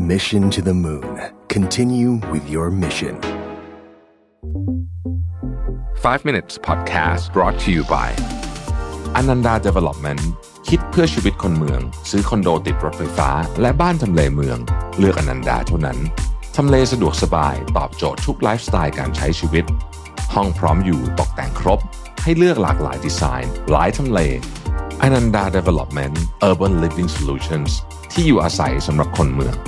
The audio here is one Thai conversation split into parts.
Mission to the Moon. Continue with your mission. 5 minutes podcast brought to you by Ananda Development คิดเพื่อชีวิตคนเมืองซื้อคอนโดติดรถไฟฟ้าและบ้านทำเลเมืองเลือกอนันดาเท่านั้นทำเลสะดวกสบายตอบโจทย์ทุกไลฟ์สไตล์การใช้ชีวิตห้องพร้อมอยู่ตกแต่งครบให้เลือกหลากหลายดีไซน์หลายทำเลอนันดา Development Urban Living Solutions ที่อยู่อาศัยสำหรับคนเมือง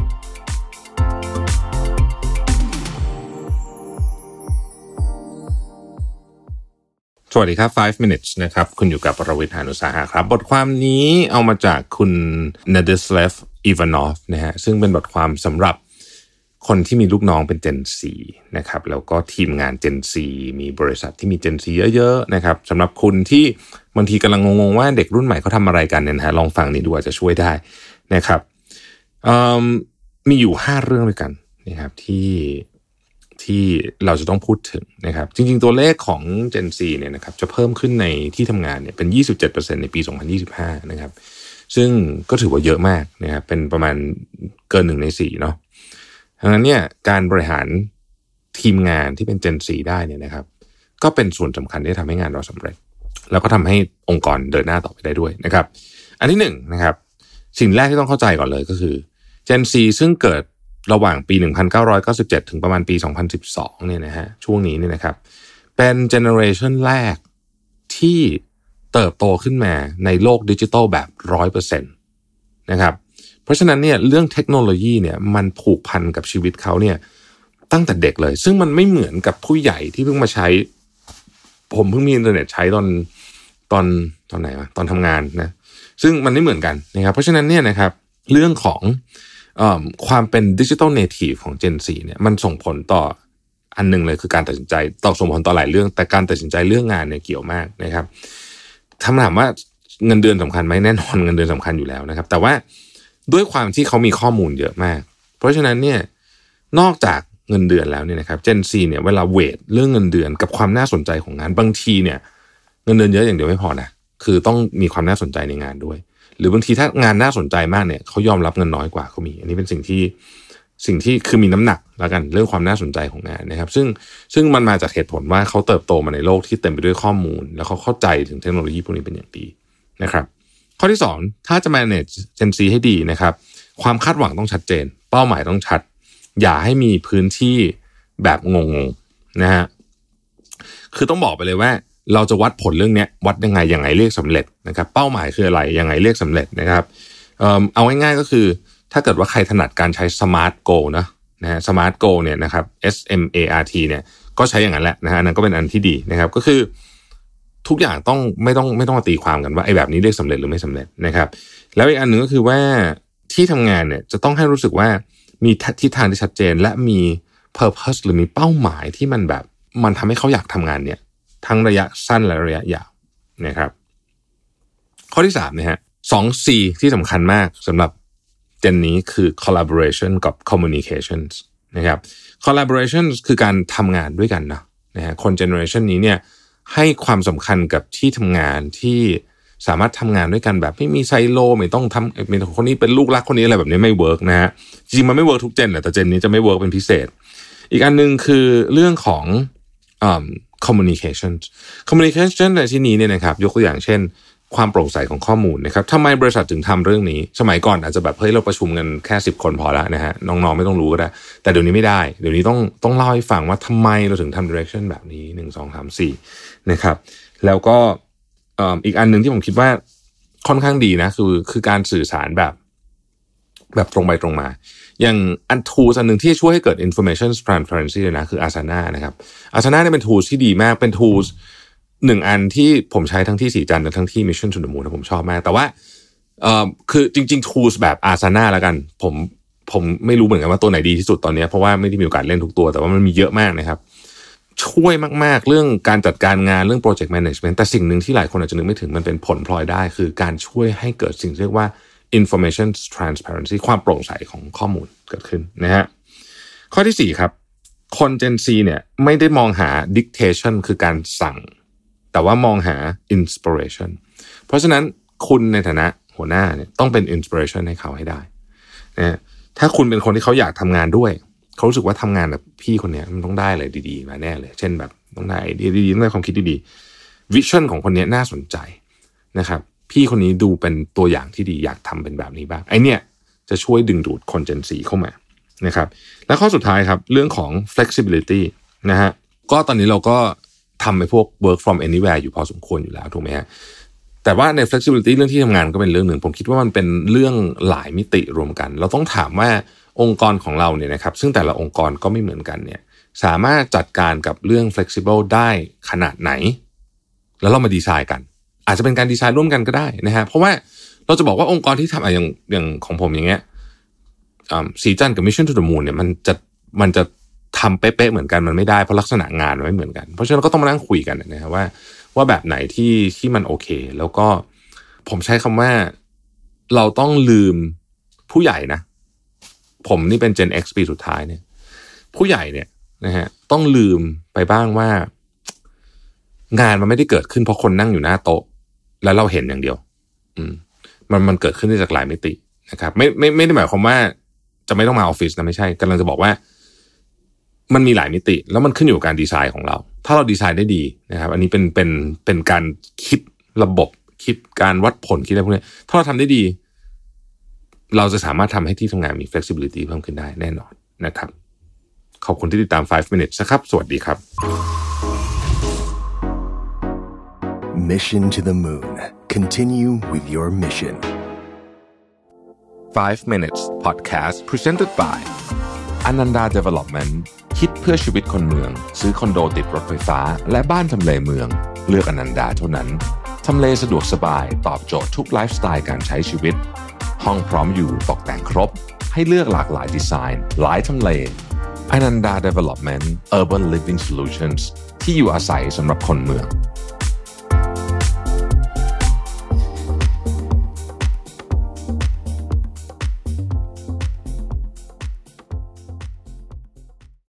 สวัสดีครับ5 minutes นะครับคุณอยู่กับปรวิทย์ หาญอุตสาหะครับบทความนี้เอามาจากคุณนาดิสเลฟอีวานอฟนะฮะซึ่งเป็นบทความสำหรับคนที่มีลูกน้องเป็น Gen Z นะครับแล้วก็ทีมงาน Gen Z มีบริษัทที่มี Gen Z เยอะๆนะครับสำหรับคุณที่บางทีกำลังงงๆว่าเด็กรุ่นใหม่เขาทำอะไรกันเนี่ยนะฮะลองฟังนี้ดูอาจจะช่วยได้นะครับมีอยู่5เรื่องด้วยกันนะครับที่เราจะต้องพูดถึงนะครับจริงๆตัวเลขของ Gen Z เนี่ยนะครับจะเพิ่มขึ้นในที่ทำงานเนี่ยเป็น 27% ในปี 2025 นะครับซึ่งก็ถือว่าเยอะมากนะครับเป็นประมาณเกิน1ใน4เนาะดังนั้นเนี่ยการบริหารทีมงานที่เป็น Gen Z ได้เนี่ยนะครับก็เป็นส่วนสำคัญที่ทำให้งานเราสำเร็จแล้วก็ทำให้องค์กรเดินหน้าต่อไปได้ด้วยนะครับอันที่1นะครับสิ่งแรกที่ต้องเข้าใจก่อนเลยก็คือ Gen Z ซึ่งเกิดระหว่างปี 1997 ถึงประมาณปี 2012 เนี่ยนะฮะช่วงนี้เนี่ยนะครับเป็นเจเนอเรชันแรกที่เติบโตขึ้นมาในโลกดิจิทัลแบบ 100% นะครับเพราะฉะนั้นเนี่ยเรื่องเทคโนโลยีเนี่ยมันผูกพันกับชีวิตเขาเนี่ยตั้งแต่เด็กเลยซึ่งมันไม่เหมือนกับผู้ใหญ่ที่เพิ่งมาใช้ผมเพิ่งมีอินเทอร์เน็ตใช้ตอนไหนวะตอนทำงานนะซึ่งมันไม่เหมือนกันนะครับเพราะฉะนั้นเนี่ยนะครับเรื่องของความเป็นดิจิทัลเนทีฟของ Gen Z เนี่ยมันส่งผลต่ออันนึงเลยคือการตัดสินใจส่งผลต่อหลายเรื่องแต่การตัดสินใจเรื่องงานเนี่ยเกี่ยวมากนะครับถามว่าเงินเดือนสำคัญไหมแน่นอนเงินเดือนสำคัญอยู่แล้วนะครับแต่ว่าด้วยความที่เขามีข้อมูลเยอะมากเพราะฉะนั้นเนี่ยนอกจากเงินเดือนแล้วเนี่ยนะครับ Gen Z เนี่ยเวลาเวทเรื่องเงินเดือนกับความน่าสนใจของงานบางทีเนี่ยเงินเดือนเยอะอย่างเดียวไม่พอนะคือต้องมีความน่าสนใจในงานด้วยหรือบางทีถ้างานน่าสนใจมากเนี่ยเขายอมรับเงินน้อยกว่าเขามีอันนี้เป็นสิ่งที่คือมีน้ำหนักแล้วกันเรื่องความน่าสนใจของงานนะครับซึ่งมันมาจากเหตุผลว่าเขาเติบโตมาในโลกที่เต็มไปด้วยข้อมูลแล้วเขาเข้าใจถึงเทคโนโลยีพวกนี้เป็นอย่างดีนะครับข้อที่2ถ้าจะ manage Gen Z ให้ดีนะครับความคาดหวังต้องชัดเจนเป้าหมายต้องชัดอย่าให้มีพื้นที่แบบงงๆนะฮะคือต้องบอกไปเลยว่าเราจะวัดผลเรื่องนี้วัดยังไงเรียกสำเร็จนะครับเป้าหมายคืออะไรยังไงเรียกสำเร็จนะครับเอาง่ายๆก็คือถ้าเกิดว่าใครถนัดการใช้ Smart Goal นะฮะ Smart Goal เนี่ยนะครับ SMART เนี่ยก็ใช้อย่างนั้นแหละนะฮะนั่นก็เป็นอันที่ดีนะครับก็คือทุกอย่างต้องไม่ต้องมาตีความกันว่าไอ้แบบนี้เรียกสำเร็จหรือไม่สำเร็จนะครับแล้วอีกอันหนึ่งก็คือว่าที่ทำงานเนี่ยจะต้องให้รู้สึกว่ามีทิศทางที่ชัดเจนและมี purpose หรือมีเป้าหมายที่มันแบบมันทำให้เขาอยากทำงานเนี่ยทั้งระยะสั้นและระยะยาวนะครับข้อที่3นะฮะ 2C ที่สำคัญมากสำหรับเจนนี้คือ collaboration กับ communications นะครับ collaboration คือการทำงานด้วยกันนะฮะคน generation นี้เนี่ยให้ความสำคัญกับที่ทำงานที่สามารถทำงานด้วยกันแบบไม่มีไซโลไม่ต้องทำเป็นคนนี้เป็นลูกรักคนนี้อะไรแบบนี้ไม่เวิร์กนะฮะจริงๆมันไม่เวิร์กทุกเจนแต่เจนนี้จะไม่เวิร์กเป็นพิเศษอีกอันนึงคือเรื่องของcommunication ในที่นี้เนี่ยนะครับยกตัวอย่างเช่นความโปร่งใสของข้อมูลนะครับทำไมบริษัทถึงทำเรื่องนี้สมัยก่อนอาจจะแบบเฮ้ยเราประชุมกันแค่10 คนพอแล้วนะฮะน้องๆไม่ต้องรู้ก็ได้แต่เดี๋ยวนี้ไม่ได้เดี๋ยวนี้ต้องเล่าให้ฟังว่าทำไมเราถึงทำ direction แบบนี้1 2 3 4นะครับแล้วก็อีกอันนึงที่ผมคิดว่าค่อนข้างดีนะคือการสื่อสารแบบตรงไปตรงมาอย่างอัน tools อันนึงที่ช่วยให้เกิด information transparency เลยนะคือ Asana นะครับ Asana เนี่ยเป็น tools ที่ดีมากเป็น tools 1 อันที่ผมใช้ทั้งที่สีจันทร์และทั้งที่ Mission to the Moon ผมชอบมากแต่ว่าคือจริงๆ tools แบบ Asana แล้วกันผมไม่รู้เหมือนกันว่าตัวไหนดีที่สุดตอนนี้เพราะว่าไม่ได้มีโอกาสเล่นทุกตัวแต่ว่ามันมีเยอะมากนะครับช่วยมากๆเรื่องการจัดการงานเรื่อง project management แต่สิ่งหนึ่งที่หลายคนอาจจะนึกไม่ถึงมันเป็นผลพลอยได้คือการช่วยให้เกิดสิ่งที่เรียกว่า information transparency ความโปร่งใสของข้อมูลเกิดขึ้นนะฮะข้อที่4ครับคน Gen Z เนี่ยไม่ได้มองหา dictation คือการสั่งแต่ว่ามองหา inspiration เพราะฉะนั้นคุณในฐานะหัวหน้าเนี่ยต้องเป็น inspiration ให้เขาให้ได้นะถ้าคุณเป็นคนที่เขาอยากทำงานด้วยเขารู้สึกว่าทำงานแบบพี่คนนี้มันต้องได้อะไรดีๆมาแน่เลยเช่นแบบต้องได้ไอเดียดีๆต้องได้ความคิดดีๆวิชั่นของคนนี้น่าสนใจนะครับพี่คนนี้ดูเป็นตัวอย่างที่ดีอยากทำเป็นแบบนี้บ้างไอเนี่ยจะช่วยดึงดูดคน Gen Z เข้ามานะครับและข้อสุดท้ายครับเรื่องของ flexibility นะฮะก็ตอนนี้เราก็ทำไปพวก work from anywhere อยู่พอสมควรอยู่แล้วถูกไหมฮะแต่ว่าใน flexibility เรื่องที่ทำงานก็เป็นเรื่องหนึ่งผมคิดว่ามันเป็นเรื่องหลายมิติรวมกันเราต้องถามว่าองค์กรของเราเนี่ยนะครับซึ่งแต่ละองค์กรก็ไม่เหมือนกันเนี่ยสามารถจัดการกับเรื่อง flexible ได้ขนาดไหนแล้วเรามาดีไซน์กันอาจจะเป็นการดีไซน์ร่วมกันก็ได้นะฮะเพราะว่าเราจะบอกว่าองค์กรที่ทำอย่างของผมอย่างเงี้ยสีจันทร์กับ Mission to the Moon เนี่ยมันจะทำเป๊ะๆเหมือนกันมันไม่ได้เพราะลักษณะงานมันไม่เหมือนกันเพราะฉะนั้นก็ต้องมานั่งคุยกันนะครับว่าแบบไหนที่มันโอเคแล้วก็ผมใช้คำว่าเราต้องลืมผู้ใหญ่นะผมนี่เป็น Gen X ปีสุดท้ายเนี่ยผู้ใหญ่เนี่ยนะฮะต้องลืมไปบ้างว่างานมันไม่ได้เกิดขึ้นเพราะคนนั่งอยู่หน้าโต๊ะแล้วเราเห็นอย่างเดียวมันเกิดขึ้นได้จากหลายมิตินะครับไม่ได้หมายความว่าจะไม่ต้องมาออฟฟิศนะไม่ใช่กำลังจะบอกว่ามันมีหลายมิติแล้วมันขึ้นอยู่กับการดีไซน์ของเราถ้าเราดีไซน์ได้ดีนะครับอันนี้เป็นการคิดระบบคิดการวัดผลคิดอะไรพวกนี้ถ้าเราทำได้ดีเราจะสามารถทำให้ที่ทำงานมี flexibility เพิ่มขึ้นได้แน่นอนนะครับขอบคุณที่ติดตาม 5 minutes นะครับสวัสดีครับ Mission to the Moon. Continue with your mission. 5 minutes podcast presented by Ananda Development คิดเพื่อชีวิตคนเมืองซื้อคอนโดติดรถไฟฟ้าและบ้านทำเลเมืองเลือก Ananda เท่านั้นทำเลสะดวกสบายตอบโจทย์ทุกไลฟ์สไตล์การใช้ชีวิตห้องพร้อมอยู่ตกแต่งครบให้เลือกหลากหลายดีไซน์หลายทำเล Ananda Development Urban Living Solutions ที่อยู่อาศัยสำหรับคนเมือง